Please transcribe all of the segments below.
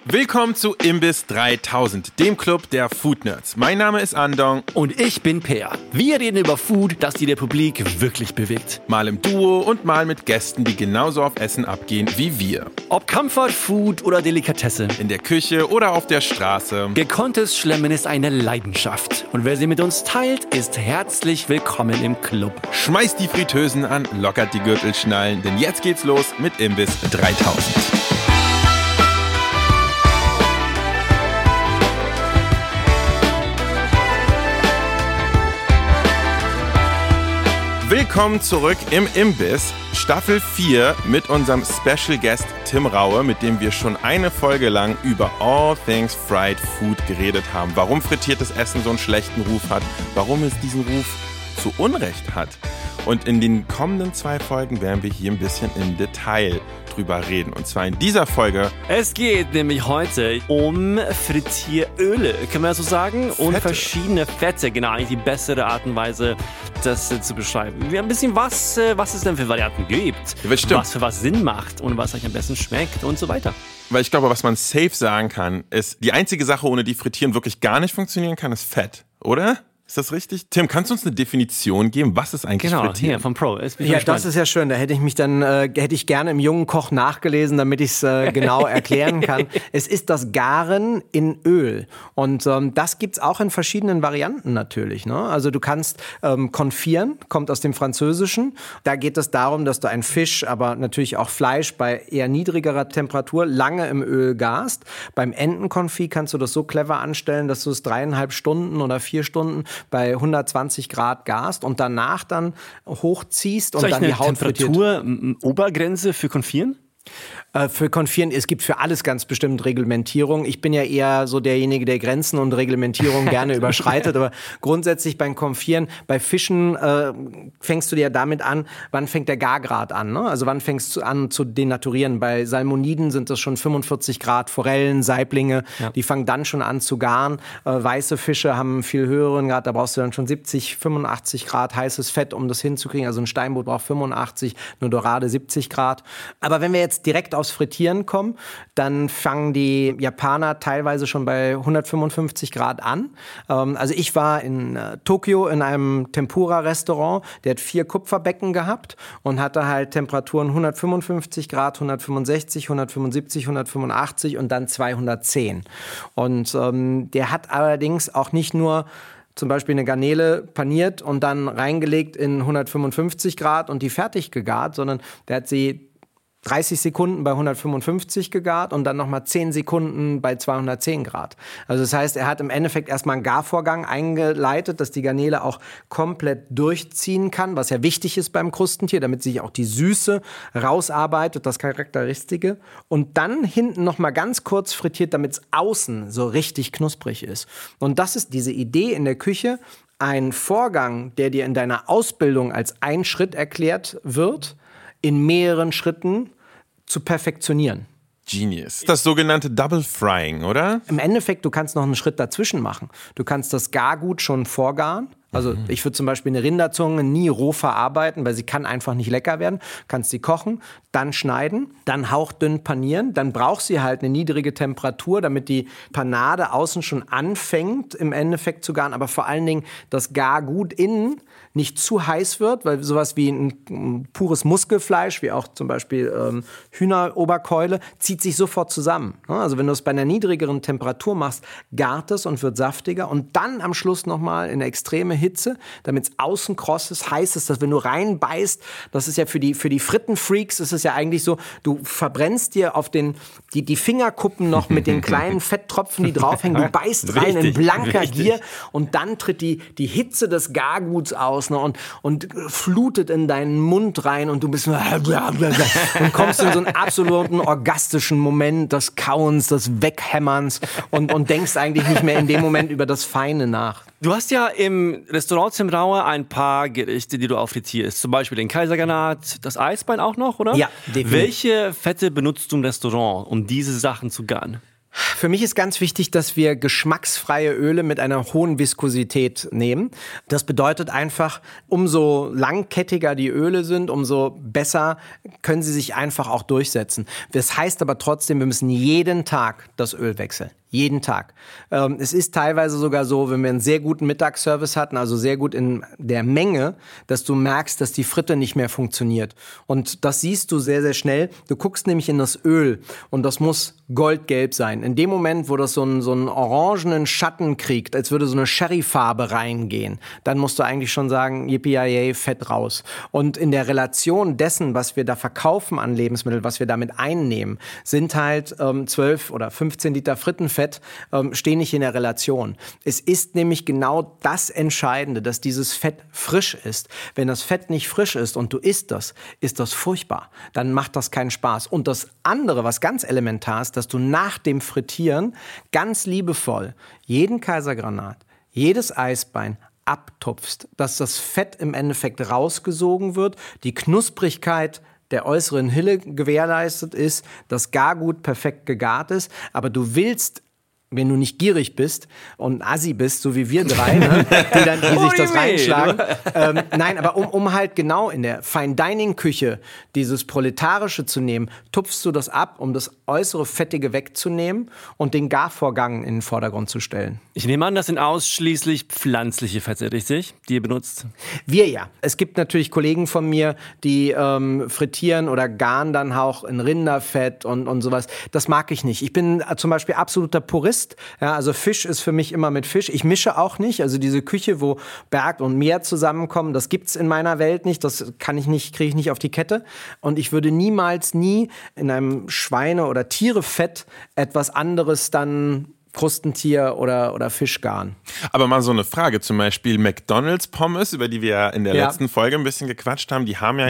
Willkommen zu Imbiss 3000, dem Club der Food Nerds. Mein Name ist Andong. Und ich bin Peer. Wir reden über Food, das die Republik wirklich bewegt. Mal im Duo und mal mit Gästen, die genauso auf Essen abgehen wie wir. Ob Comfort Food oder Delikatesse. In der Küche oder auf der Straße. Gekonntes Schlemmen ist eine Leidenschaft. Und wer sie mit uns teilt, ist herzlich willkommen im Club. Schmeißt die Fritteusen an, lockert die Gürtelschnallen, denn jetzt geht's los mit Imbiss 3000. Willkommen zurück im Imbiss, Staffel 4 mit unserem Special Guest Tim Raue, mit dem wir schon eine Folge lang über all things fried food geredet haben. Warum frittiertes Essen so einen schlechten Ruf hat, warum es diesen Ruf zu Unrecht hat. Und in den kommenden 2 Folgen werden wir hier ein bisschen im Detail drüber reden. Und zwar in dieser Folge. Es geht nämlich heute um Frittieröle, kann man so sagen. Fette. Und verschiedene Fette, genau, eigentlich die bessere Art und Weise, das zu beschreiben. Wir haben ein bisschen, was es denn für Varianten gibt. Ja, stimmt. Was für was Sinn macht und was euch am besten schmeckt und so weiter. Weil ich glaube, was man safe sagen kann, ist, die einzige Sache, ohne die Frittieren wirklich gar nicht funktionieren kann, ist Fett, oder? Ist das richtig? Tim, kannst du uns eine Definition geben? Was ist eigentlich Frittieren? Genau, hier vom Pro. Ja, das ist ja schön. Da hätte ich gerne im jungen Koch nachgelesen, damit ich es genau erklären kann. Es ist das Garen in Öl. Und das gibt's auch in verschiedenen Varianten natürlich. Ne? Also du kannst konfieren, kommt aus dem Französischen. Da geht es darum, dass du einen Fisch, aber natürlich auch Fleisch bei eher niedrigerer Temperatur lange im Öl garst. Beim Entenkonfit kannst du das so clever anstellen, dass du es 3,5 Stunden oder 4 Stunden bei 120 Grad garst und danach dann hochziehst und dann die Haut frittiert. Temperatur-Obergrenze für Konfieren? Für Konfieren, es gibt für alles ganz bestimmt Reglementierung. Ich bin ja eher so derjenige, der Grenzen und Reglementierung gerne überschreitet. Aber grundsätzlich beim Konfieren, bei Fischen fängst du dir ja damit an, wann fängt der Gargrad an? Ne? Also wann fängst du an zu denaturieren? Bei Salmoniden sind das schon 45 Grad, Forellen, Saiblinge, die fangen dann schon an zu garen. Weiße Fische haben einen viel höheren Grad, da brauchst du dann schon 70, 85 Grad heißes Fett, um das hinzukriegen. Also ein Steinbutt braucht 85, eine Dorade 70 Grad. Aber wenn wir jetzt direkt aufs Frittieren kommen, dann fangen die Japaner teilweise schon bei 155 Grad an. Also ich war in Tokio in einem Tempura-Restaurant, der hat 4 Kupferbecken gehabt und hatte halt Temperaturen 155 Grad, 165, 175, 185 und dann 210. Und der hat allerdings auch nicht nur zum Beispiel eine Garnele paniert und dann reingelegt in 155 Grad und die fertig gegart, sondern der hat sie 30 Sekunden bei 155 gegart und dann nochmal 10 Sekunden bei 210 Grad. Also das heißt, er hat im Endeffekt erstmal einen Garvorgang eingeleitet, dass die Garnele auch komplett durchziehen kann, was ja wichtig ist beim Krustentier, damit sich auch die Süße rausarbeitet, das Charakteristische. Und dann hinten nochmal ganz kurz frittiert, damit es außen so richtig knusprig ist. Und das ist diese Idee in der Küche, ein Vorgang, der dir in deiner Ausbildung als ein Schritt erklärt wird, in mehreren Schritten zu perfektionieren. Genius. Das sogenannte Double Frying, oder? Im Endeffekt, du kannst noch einen Schritt dazwischen machen. Du kannst das Gargut schon vorgaren. Also ich würde zum Beispiel eine Rinderzunge nie roh verarbeiten, weil sie kann einfach nicht lecker werden. Kannst sie kochen, dann schneiden, dann hauchdünn panieren. Dann brauchst sie halt eine niedrige Temperatur, damit die Panade außen schon anfängt, im Endeffekt zu garen. Aber vor allen Dingen das Gargut innen nicht zu heiß wird, weil sowas wie ein pures Muskelfleisch, wie auch zum Beispiel Hühneroberkeule, zieht sich sofort zusammen. Also wenn du es bei einer niedrigeren Temperatur machst, gart es und wird saftiger. Und dann am Schluss nochmal in extreme Hitze, damit es außen kross ist, heiß ist, dass wenn du reinbeißt, das ist ja für die Frittenfreaks, ist es ja eigentlich so, du verbrennst dir auf die Fingerkuppen noch mit den kleinen Fetttropfen, die draufhängen, du beißt rein in blanker Gier und dann tritt die Hitze des Garguts aus, ne, und flutet in deinen Mund rein und du bist und kommst in so einen absoluten orgastischen Moment des Kauens, des Weghämmerns und denkst eigentlich nicht mehr in dem Moment über das Feine nach. Du hast ja im Restaurant Tim Raue ein paar Gerichte, die du aufrittierst. Zum Beispiel den Kaisergranat, das Eisbein auch noch, oder? Ja, definitiv. Welche Fette benutzt du im Restaurant, um diese Sachen zu garen? Für mich ist ganz wichtig, dass wir geschmacksfreie Öle mit einer hohen Viskosität nehmen. Das bedeutet einfach, umso langkettiger die Öle sind, umso besser können sie sich einfach auch durchsetzen. Das heißt aber trotzdem, wir müssen jeden Tag das Öl wechseln. Jeden Tag. Es ist teilweise sogar so, wenn wir einen sehr guten Mittagsservice hatten, also sehr gut in der Menge, dass du merkst, dass die Fritte nicht mehr funktioniert. Und das siehst du sehr, sehr schnell. Du guckst nämlich in das Öl und das muss goldgelb sein. In dem Moment, wo das so einen orangenen Schatten kriegt, als würde so eine Sherryfarbe reingehen, dann musst du eigentlich schon sagen, yippie Fett raus. Und in der Relation dessen, was wir da verkaufen an Lebensmitteln, was wir damit einnehmen, sind halt 12 oder 15 Liter Frittenfett stehen nicht in der Relation. Es ist nämlich genau das Entscheidende, dass dieses Fett frisch ist. Wenn das Fett nicht frisch ist und du isst das, ist das furchtbar. Dann macht das keinen Spaß. Und das andere, was ganz elementar ist, dass du nach dem Frittieren ganz liebevoll jeden Kaisergranat, jedes Eisbein abtupfst, dass das Fett im Endeffekt rausgesogen wird, die Knusprigkeit der äußeren Hülle gewährleistet ist, das Gargut perfekt gegart ist, aber du willst, wenn du nicht gierig bist und Assi bist, so wie wir drei, ne, die sich das reinschlagen. Nein, aber um halt genau in der Fine-Dining-Küche dieses Proletarische zu nehmen, tupfst du das ab, um das äußere Fettige wegzunehmen und den Garvorgang in den Vordergrund zu stellen. Ich nehme an, das sind ausschließlich pflanzliche Fette, richtig? Die ihr benutzt? Wir ja. Es gibt natürlich Kollegen von mir, die frittieren oder garen dann auch in Rinderfett und sowas. Das mag ich nicht. Ich bin zum Beispiel absoluter Purist. Ja, also Fisch ist für mich immer mit Fisch. Ich mische auch nicht. Also diese Küche, wo Berg und Meer zusammenkommen, das gibt's in meiner Welt nicht. Das kriege ich nicht auf die Kette. Und ich würde niemals in einem Schweine- oder Tierefett etwas anderes dann Krustentier oder Fisch garen. Aber mal so eine Frage, zum Beispiel McDonald's Pommes, über die wir ja in der letzten Folge ein bisschen gequatscht haben, die haben ja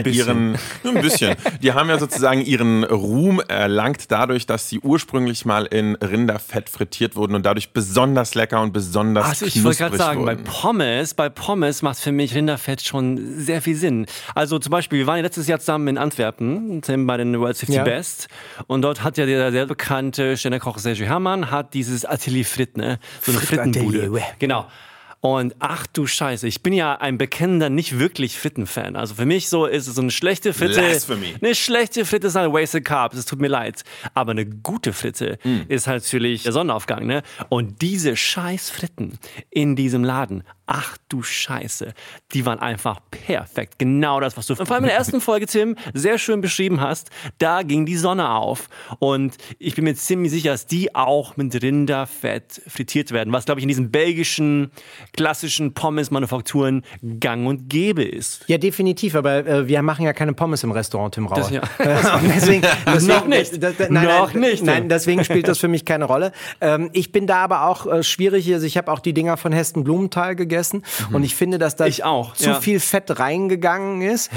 die haben ja sozusagen ihren Ruhm erlangt dadurch, dass sie ursprünglich mal in Rinderfett frittiert wurden und dadurch besonders lecker und besonders knusprig ich wollte gerade sagen, wurden. bei Pommes macht für mich Rinderfett schon sehr viel Sinn. Also zum Beispiel, wir waren ja letztes Jahr zusammen in Antwerpen, bei den World's 50 Best, und dort hat ja der sehr bekannte Sternekoch Sergio Herrmann hat dieses Atelier Frit, ne? So eine Frittenbude. Genau. Und ach du Scheiße, ich bin ja ein bekennender, nicht wirklich Fritten-Fan. Also für mich so ist es so eine schlechte Fritte. Blasphemy. Eine schlechte Fritte ist halt wasted carbs, es tut mir leid. Aber eine gute Fritte ist halt natürlich der Sonnenaufgang, ne? Und diese scheiß Fritten in diesem Laden, ach du Scheiße, die waren einfach perfekt. Genau das, was du vor allem in der ersten Folge, Tim, sehr schön beschrieben hast. Da ging die Sonne auf. Und ich bin mir ziemlich sicher, dass die auch mit Rinderfett frittiert werden. Was, glaube ich, in diesen belgischen, klassischen Pommes-Manufakturen gang und gäbe ist. Ja, definitiv. Aber wir machen ja keine Pommes im Restaurant, Tim Rauer. Deswegen, noch nicht. Nein, deswegen spielt das für mich keine Rolle. Ich bin da aber auch schwierig. Also ich habe auch die Dinger von Hesten Blumenthal gegessen. Und ich finde, dass da zu viel Fett reingegangen ist.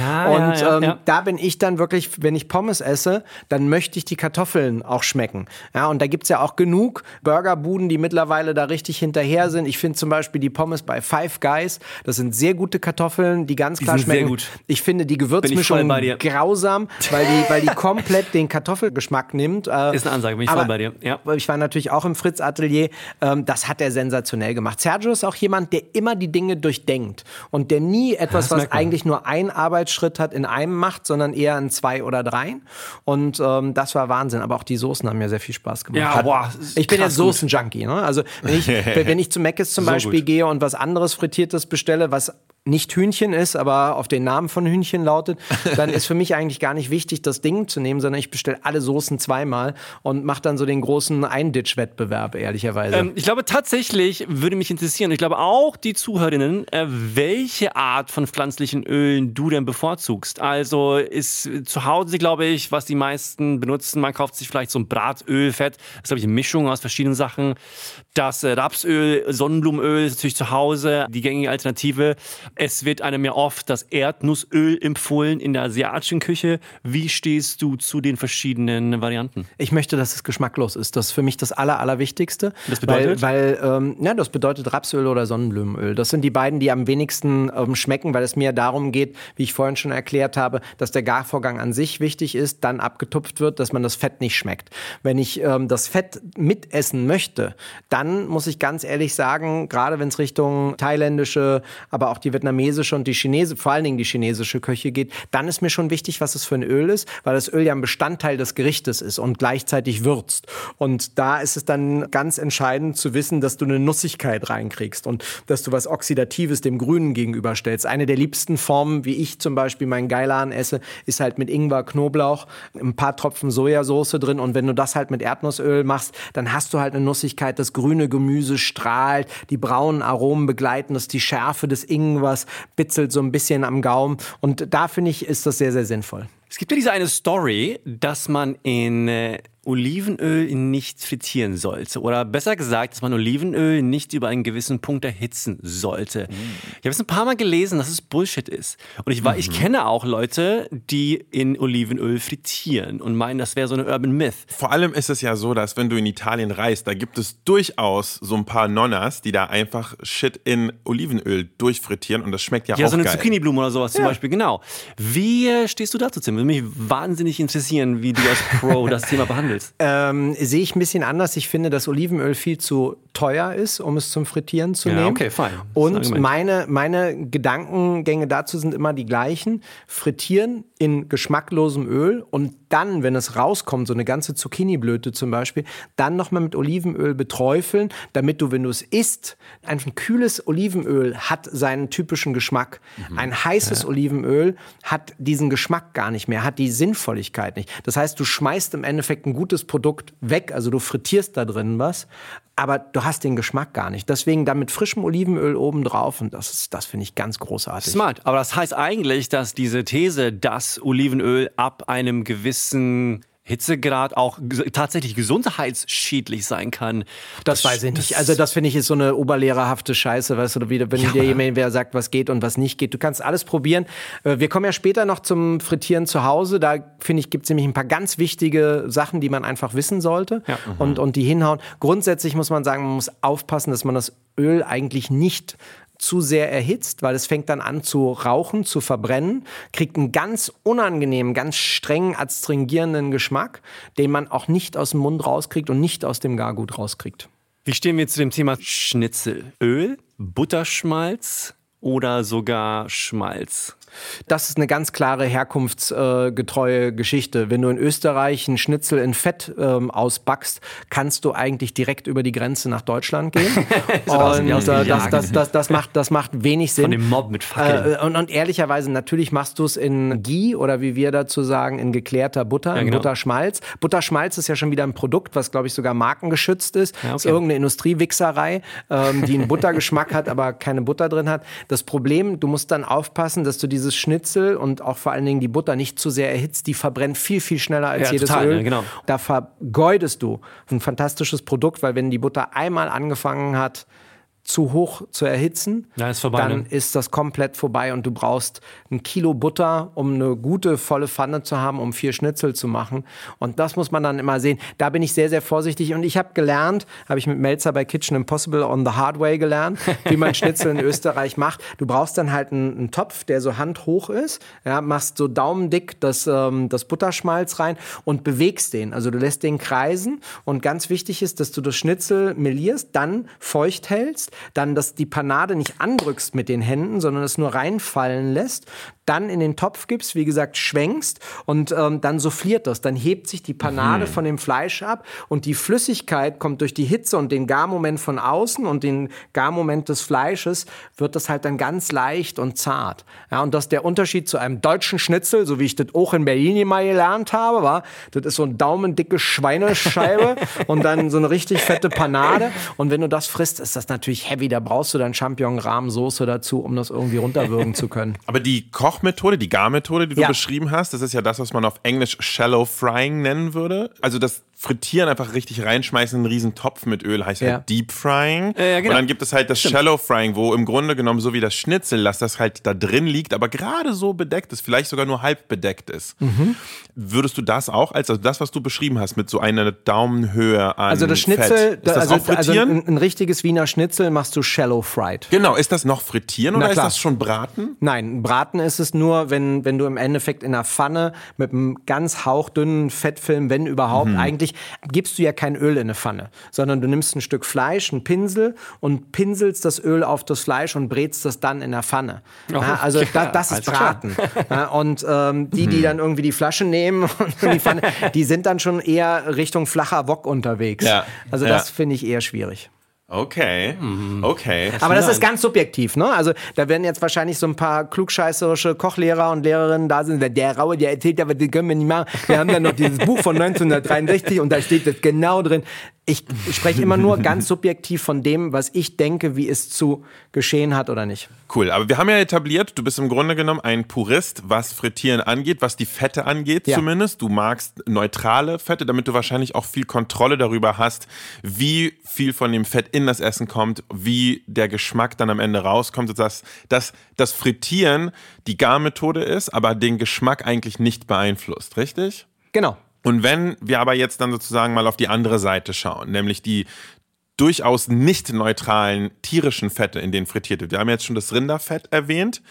Da bin ich dann wirklich, wenn ich Pommes esse, dann möchte ich die Kartoffeln auch schmecken. Ja, und da gibt's ja auch genug Burgerbuden, die mittlerweile da richtig hinterher sind. Ich finde zum Beispiel die Pommes bei Five Guys, das sind sehr gute Kartoffeln, die ganz klar schmecken. Sehr gut. Ich finde die Gewürzmischung grausam, weil die komplett den Kartoffelgeschmack nimmt. Ist eine Ansage, bin ich voll bei dir. Ja. Ich war natürlich auch im Fritz-Atelier. Das hat er sensationell gemacht. Sergio ist auch jemand, der immer die Dinge durchdenkt und der nie etwas, was eigentlich nur einen Arbeitsschritt hat, in einem macht, sondern eher in 2 oder 3. Und das war Wahnsinn. Aber auch die Soßen haben mir sehr viel Spaß gemacht. Ja, ich bin ja Soßen-Junkie. Ne? Also wenn ich zu Mc's zum Beispiel gehe und was anderes Frittiertes bestelle, was nicht Hühnchen ist, aber auf den Namen von Hühnchen lautet, dann ist für mich eigentlich gar nicht wichtig, das Ding zu nehmen, sondern ich bestelle alle Soßen zweimal und mache dann so den großen Einditch-Wettbewerb, ehrlicherweise. Ich glaube tatsächlich, würde mich interessieren, ich glaube auch die Zuhörerinnen, welche Art von pflanzlichen Ölen du denn bevorzugst. Also ist zu Hause, glaube ich, was die meisten benutzen, man kauft sich vielleicht so ein Bratölfett, das ist, glaube ich, eine Mischung aus verschiedenen Sachen. Das Rapsöl, Sonnenblumenöl ist natürlich zu Hause die gängige Alternative. Es wird einem ja oft das Erdnussöl empfohlen in der asiatischen Küche. Wie stehst du zu den verschiedenen Varianten? Ich möchte, dass es geschmacklos ist. Das ist für mich das Allerwichtigste. Das bedeutet? Das bedeutet Rapsöl oder Sonnenblumenöl. Das sind die beiden, die am wenigsten schmecken, weil es mir darum geht, wie ich vorhin schon erklärt habe, dass der Garvorgang an sich wichtig ist, dann abgetupft wird, dass man das Fett nicht schmeckt. Wenn ich das Fett mitessen möchte, dann muss ich ganz ehrlich sagen, gerade wenn es Richtung thailändische, aber auch die vietnamesische und vor allen Dingen die chinesische Küche geht, dann ist mir schon wichtig, was es für ein Öl ist, weil das Öl ja ein Bestandteil des Gerichtes ist und gleichzeitig würzt. Und da ist es dann ganz entscheidend zu wissen, dass du eine Nussigkeit reinkriegst und dass du was Oxidatives dem Grünen gegenüberstellst. Eine der liebsten Formen, wie ich zum Beispiel meinen Geilan esse, ist halt mit Ingwer, Knoblauch, ein paar Tropfen Sojasauce drin und wenn du das halt mit Erdnussöl machst, dann hast du halt eine Nussigkeit, das grüne Gemüse strahlt, die braunen Aromen begleiten das, die Schärfe des Ingwers bitzelt so ein bisschen am Gaumen und da finde ich, ist das sehr, sehr sinnvoll. Es gibt ja diese eine Story, dass man in Olivenöl nicht frittieren sollte. Oder besser gesagt, dass man Olivenöl nicht über einen gewissen Punkt erhitzen sollte. Ich habe es ein paar Mal gelesen, dass es Bullshit ist. Und ich kenne auch Leute, die in Olivenöl frittieren und meinen, das wäre so eine Urban Myth. Vor allem ist es ja so, dass wenn du in Italien reist, da gibt es durchaus so ein paar Nonnas, die da einfach Shit in Olivenöl durchfrittieren und das schmeckt ja auch geil. Ja, so eine Zucchini-Blume oder sowas zum Beispiel, genau. Wie stehst du dazu, Tim? Würde mich wahnsinnig interessieren, wie du als Pro das Thema behandelst. Sehe ich ein bisschen anders. Ich finde, dass Olivenöl viel zu teuer ist, um es zum Frittieren zu nehmen. Okay, fein. Und meine Gedankengänge dazu sind immer die gleichen. Frittieren in geschmacklosem Öl und dann, wenn es rauskommt, so eine ganze Zucchini-Blüte zum Beispiel, dann nochmal mit Olivenöl beträufeln, damit du, wenn du es isst, ein kühles Olivenöl hat seinen typischen Geschmack. Ein heißes Olivenöl hat diesen Geschmack gar nicht mehr, hat die Sinnvolligkeit nicht. Das heißt, du schmeißt im Endeffekt ein gutes Produkt weg, also du frittierst da drin was, aber du hast den Geschmack gar nicht. Deswegen dann mit frischem Olivenöl obendrauf und das finde ich ganz großartig. Smart, aber das heißt eigentlich, dass diese These, dass Olivenöl ab einem gewissen Hitzegrad auch tatsächlich gesundheitsschädlich sein kann. Das weiß ich nicht. Also das finde ich ist so eine oberlehrerhafte Scheiße, weißt du, wenn dir jemand sagt, was geht und was nicht geht. Du kannst alles probieren. Wir kommen ja später noch zum Frittieren zu Hause. Da, finde ich, gibt es nämlich ein paar ganz wichtige Sachen, die man einfach wissen sollte und die hinhauen. Grundsätzlich muss man sagen, man muss aufpassen, dass man das Öl eigentlich nicht zu sehr erhitzt, weil es fängt dann an zu rauchen, zu verbrennen, kriegt einen ganz unangenehmen, ganz strengen, adstringierenden Geschmack, den man auch nicht aus dem Mund rauskriegt und nicht aus dem Gargut rauskriegt. Wie stehen wir zu dem Thema Schnitzel? Öl, Butterschmalz oder sogar Schmalz? Das ist eine ganz klare herkunftsgetreue Geschichte. Wenn du in Österreich einen Schnitzel in Fett ausbackst, kannst du eigentlich direkt über die Grenze nach Deutschland gehen. Das macht wenig Sinn. Von dem Mob mit Fackeln. Und ehrlicherweise, natürlich machst du es in Ghee oder wie wir dazu sagen, in geklärter Butter, in Butterschmalz. Butterschmalz ist ja schon wieder ein Produkt, was, glaube ich, sogar markengeschützt ist. Ja, okay. Das ist irgendeine Industriewichserei, die einen Buttergeschmack hat, aber keine Butter drin hat. Das Problem, du musst dann aufpassen, dass du dieses Schnitzel und auch vor allen Dingen die Butter nicht zu sehr erhitzt, die verbrennt viel, viel schneller als jedes Öl. Ja, genau. Da vergeudest du ein fantastisches Produkt, weil wenn die Butter einmal angefangen hat, zu hoch zu erhitzen, ist vorbei, dann ist das komplett vorbei und du brauchst 1 Kilo Butter, um eine gute, volle Pfanne zu haben, um 4 Schnitzel zu machen. Und das muss man dann immer sehen. Da bin ich sehr, sehr vorsichtig und ich habe ich mit Melzer bei Kitchen Impossible on the hard way gelernt, wie man Schnitzel in Österreich macht. Du brauchst dann halt einen Topf, der so handhoch ist, machst so daumendick das Butterschmalz rein und bewegst den. Also du lässt den kreisen und ganz wichtig ist, dass du das Schnitzel melierst, dann feucht hältst, dann, dass die Panade nicht andrückst mit den Händen, sondern es nur reinfallen lässt, dann in den Topf gibst, wie gesagt, schwenkst und dann souffliert das. Dann hebt sich die Panade von dem Fleisch ab und die Flüssigkeit kommt durch die Hitze und den Garmoment von außen und den Garmoment des Fleisches, wird das halt dann ganz leicht und zart. Ja, und das ist der Unterschied zu einem deutschen Schnitzel, so wie ich das auch in Berlin mal gelernt habe, war, das ist so eine daumendicke Schweinescheibe und dann so eine richtig fette Panade. Und wenn du das frisst, ist das natürlich heavy. Da brauchst du dann Champignon-Rahmsoße dazu, um das irgendwie runterwürgen zu können. Aber die Kochmethode, die Garmethode, die du beschrieben hast, das ist ja das, was man auf Englisch Shallow Frying nennen würde. Also das Frittieren, einfach richtig reinschmeißen, einen riesen Topf mit Öl, heißt halt Deep Frying. Genau. Und dann gibt es halt das Shallow Frying, wo im Grunde genommen so wie das Schnitzel, dass das halt da drin liegt, aber gerade so bedeckt ist, vielleicht sogar nur halb bedeckt ist. Würdest du das auch also das, was du beschrieben hast, mit so einer Daumenhöhe an Also das Schnitzel, Fett, ist das auch Frittieren? Also ein richtiges Wiener Schnitzel machst du Shallow Fried. Genau, ist das noch Frittieren oder ist das schon Braten? Nein, Braten ist es nur, wenn du im Endeffekt in einer Pfanne mit einem ganz hauchdünnen Fettfilm, wenn überhaupt, eigentlich gibst du ja kein Öl in eine Pfanne, sondern du nimmst ein Stück Fleisch, einen Pinsel und pinselst das Öl auf das Fleisch und brätst das dann in der Pfanne. Also das ist Braten. Und die dann irgendwie die Flasche nehmen und die Pfanne, die sind dann schon eher Richtung flacher Wok unterwegs. Ja. Also das finde ich eher schwierig. Okay. Aber das ist ganz subjektiv, ne? Also da werden jetzt wahrscheinlich so ein paar klugscheißerische Kochlehrer und Lehrerinnen da sind. Der Raue, der erzählt, aber die können wir nicht machen. Wir haben dann noch dieses Buch von 1963 und da steht das genau drin. Ich spreche immer nur ganz subjektiv von dem, was ich denke, wie es zu geschehen hat oder nicht. Cool, aber wir haben ja etabliert, du bist im Grunde genommen ein Purist, was Frittieren angeht, was die Fette angeht zumindest. Du magst neutrale Fette, damit du wahrscheinlich auch viel Kontrolle darüber hast, wie viel von dem Fett in das Essen kommt, wie der Geschmack dann am Ende rauskommt, dass das Frittieren die Garmethode ist, aber den Geschmack eigentlich nicht beeinflusst, richtig? Genau. Und wenn wir aber jetzt dann sozusagen mal auf die andere Seite schauen, nämlich die durchaus nicht neutralen tierischen Fette, in denen frittiert wird. Wir haben jetzt schon das Rinderfett erwähnt.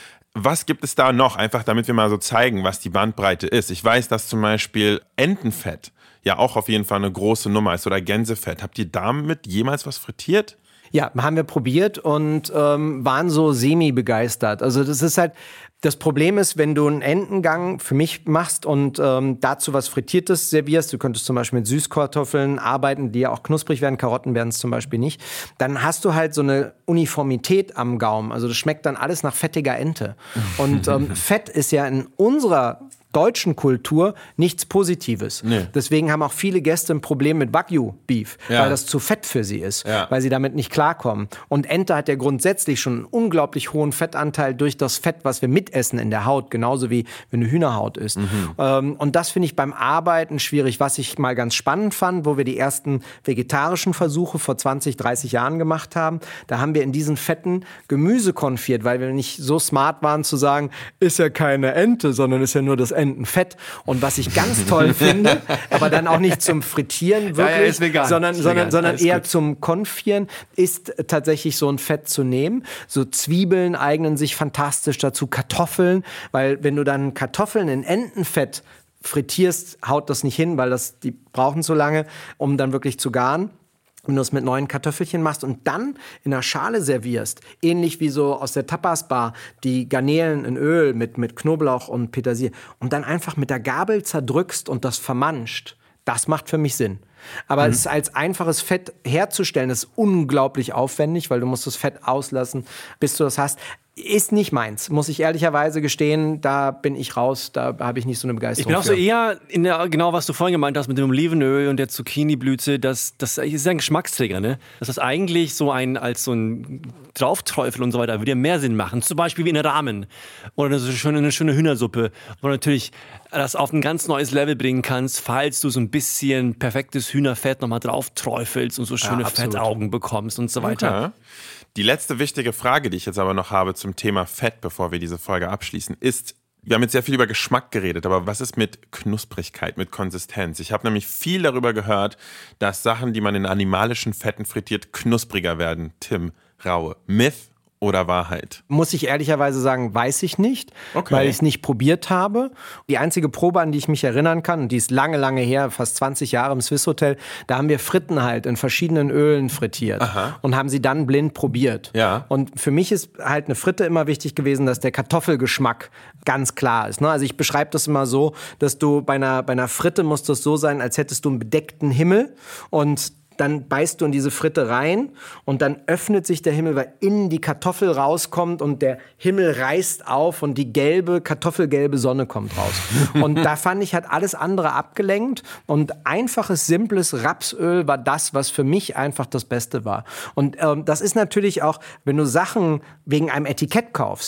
Was gibt es da noch? Einfach damit wir mal so zeigen, was die Bandbreite ist. Ich weiß, dass zum Beispiel Entenfett ja auch auf jeden Fall eine große Nummer ist oder Gänsefett. Habt ihr damit jemals was frittiert? Ja, haben wir probiert und waren so semi-begeistert. Also das ist halt, das Problem ist, wenn du einen Entengang für mich machst und dazu was Frittiertes servierst, du könntest zum Beispiel mit Süßkartoffeln arbeiten, die ja auch knusprig werden, Karotten werden es zum Beispiel nicht, dann hast du halt so eine Uniformität am Gaumen. Also das schmeckt dann alles nach fettiger Ente. Und Fett ist ja in unserer deutschen Kultur nichts Positives. Nee. Deswegen haben auch viele Gäste ein Problem mit Wagyu-Beef, weil das zu fett für sie ist, weil sie damit nicht klarkommen. Und Ente hat ja grundsätzlich schon einen unglaublich hohen Fettanteil durch das Fett, was wir mitessen in der Haut, genauso wie wenn du Hühnerhaut isst. Und das finde ich beim Arbeiten schwierig. Was ich mal ganz spannend fand, wo wir die ersten vegetarischen Versuche vor 20, 30 Jahren gemacht haben, da haben wir in diesen Fetten Gemüse konfiert, weil wir nicht so smart waren zu sagen, ist ja keine Ente, sondern ist ja nur das Entenfett. Und was ich ganz toll finde, aber dann auch nicht zum Frittieren wirklich, sondern eher zum Konfieren, ist tatsächlich so ein Fett zu nehmen. So Zwiebeln eignen sich fantastisch dazu, Kartoffeln, weil wenn du dann Kartoffeln in Entenfett frittierst, haut das nicht hin, weil die brauchen so lange, um dann wirklich zu garen. Wenn du es mit neuen Kartoffelchen machst und dann in einer Schale servierst, ähnlich wie so aus der Tapas-Bar, die Garnelen in Öl mit Knoblauch und Petersilie und dann einfach mit der Gabel zerdrückst und das vermanscht, das macht für mich Sinn. Aber es als einfaches Fett herzustellen, ist unglaublich aufwendig, weil du musst das Fett auslassen, bis du das hast. Ist nicht meins, muss ich ehrlicherweise gestehen. Da bin ich raus, da habe ich nicht so eine Begeisterung. Ich bin auch so eher genau, was du vorhin gemeint hast mit dem Olivenöl und der Zucchini-Blüte, das ist ein Geschmacksträger, ne? Das ist eigentlich als so ein Draufträufel und so weiter, würde ja mehr Sinn machen. Zum Beispiel wie in Ramen oder eine schöne Hühnersuppe, wo du natürlich das auf ein ganz neues Level bringen kannst, falls du so ein bisschen perfektes Hühnerfett nochmal drauf träufelst und so schöne Fettaugen bekommst und so weiter. Okay. Die letzte wichtige Frage, die ich jetzt aber noch habe zum Thema Fett, bevor wir diese Folge abschließen, ist, wir haben jetzt sehr viel über Geschmack geredet, aber was ist mit Knusprigkeit, mit Konsistenz? Ich habe nämlich viel darüber gehört, dass Sachen, die man in animalischen Fetten frittiert, knuspriger werden. Tim Raue. Myth oder Wahrheit? Muss ich ehrlicherweise sagen, weiß ich nicht, weil ich es nicht probiert habe. Die einzige Probe, an die ich mich erinnern kann, und die ist lange, lange her, fast 20 Jahre im Swiss Hotel, da haben wir Fritten halt in verschiedenen Ölen frittiert und haben sie dann blind probiert. Ja. Und für mich ist halt eine Fritte immer wichtig gewesen, dass der Kartoffelgeschmack ganz klar ist. Ne? Also ich beschreibe das immer so, dass du bei einer Fritte muss das so sein, als hättest du einen bedeckten Himmel und dann beißt du in diese Fritte rein und dann öffnet sich der Himmel, weil innen die Kartoffel rauskommt und der Himmel reißt auf und die kartoffelgelbe Sonne kommt raus. Und da fand ich, hat alles andere abgelenkt und einfaches, simples Rapsöl war das, was für mich einfach das Beste war. Und das ist natürlich auch, wenn du Sachen wegen einem Etikett kaufst,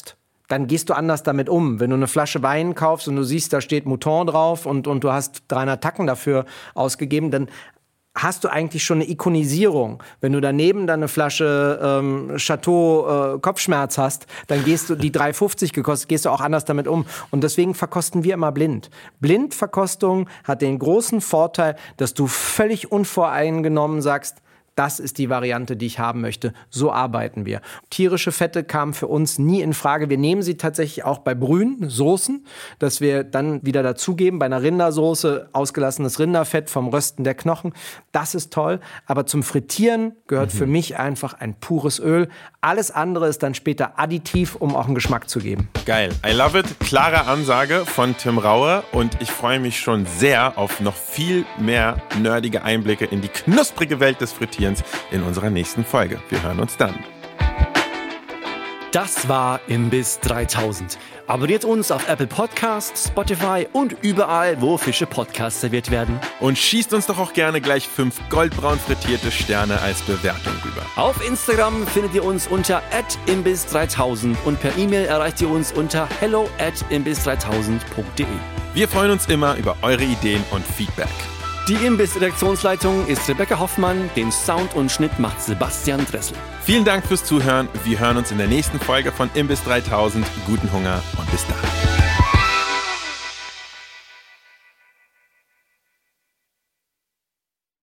dann gehst du anders damit um. Wenn du eine Flasche Wein kaufst und du siehst, da steht Mouton drauf und du hast 300 Tacken dafür ausgegeben, dann hast du eigentlich schon eine Ikonisierung. Wenn du daneben dann eine Flasche Chateau Kopfschmerz hast, dann gehst du, die 3,50 gekostet, gehst du auch anders damit um. Und deswegen verkosten wir immer blind. Blindverkostung hat den großen Vorteil, dass du völlig unvoreingenommen sagst, das ist die Variante, die ich haben möchte. So arbeiten wir. Tierische Fette kamen für uns nie in Frage. Wir nehmen sie tatsächlich auch bei Brühen, Soßen, dass wir dann wieder dazugeben. Bei einer Rindersoße ausgelassenes Rinderfett vom Rösten der Knochen. Das ist toll. Aber zum Frittieren gehört für mich einfach ein pures Öl. Alles andere ist dann später additiv, um auch einen Geschmack zu geben. Geil. I love it. Klare Ansage von Tim Raue. Und ich freue mich schon sehr auf noch viel mehr nerdige Einblicke in die knusprige Welt des Frittierens in unserer nächsten Folge. Wir hören uns dann. Das war Imbiss 3000. Abonniert uns auf Apple Podcasts, Spotify und überall, wo Fische Podcasts serviert werden. Und schießt uns doch auch gerne gleich 5 goldbraun frittierte Sterne als Bewertung rüber. Auf Instagram findet ihr uns unter @imbiss3000 und per E-Mail erreicht ihr uns unter hello@imbiss3000.de. Wir freuen uns immer über eure Ideen und Feedback. Die Imbiss-Redaktionsleitung ist Rebecca Hoffmann, den Sound und Schnitt macht Sebastian Dressel. Vielen Dank fürs Zuhören. Wir hören uns in der nächsten Folge von Imbiss 3000. Guten Hunger und bis dahin.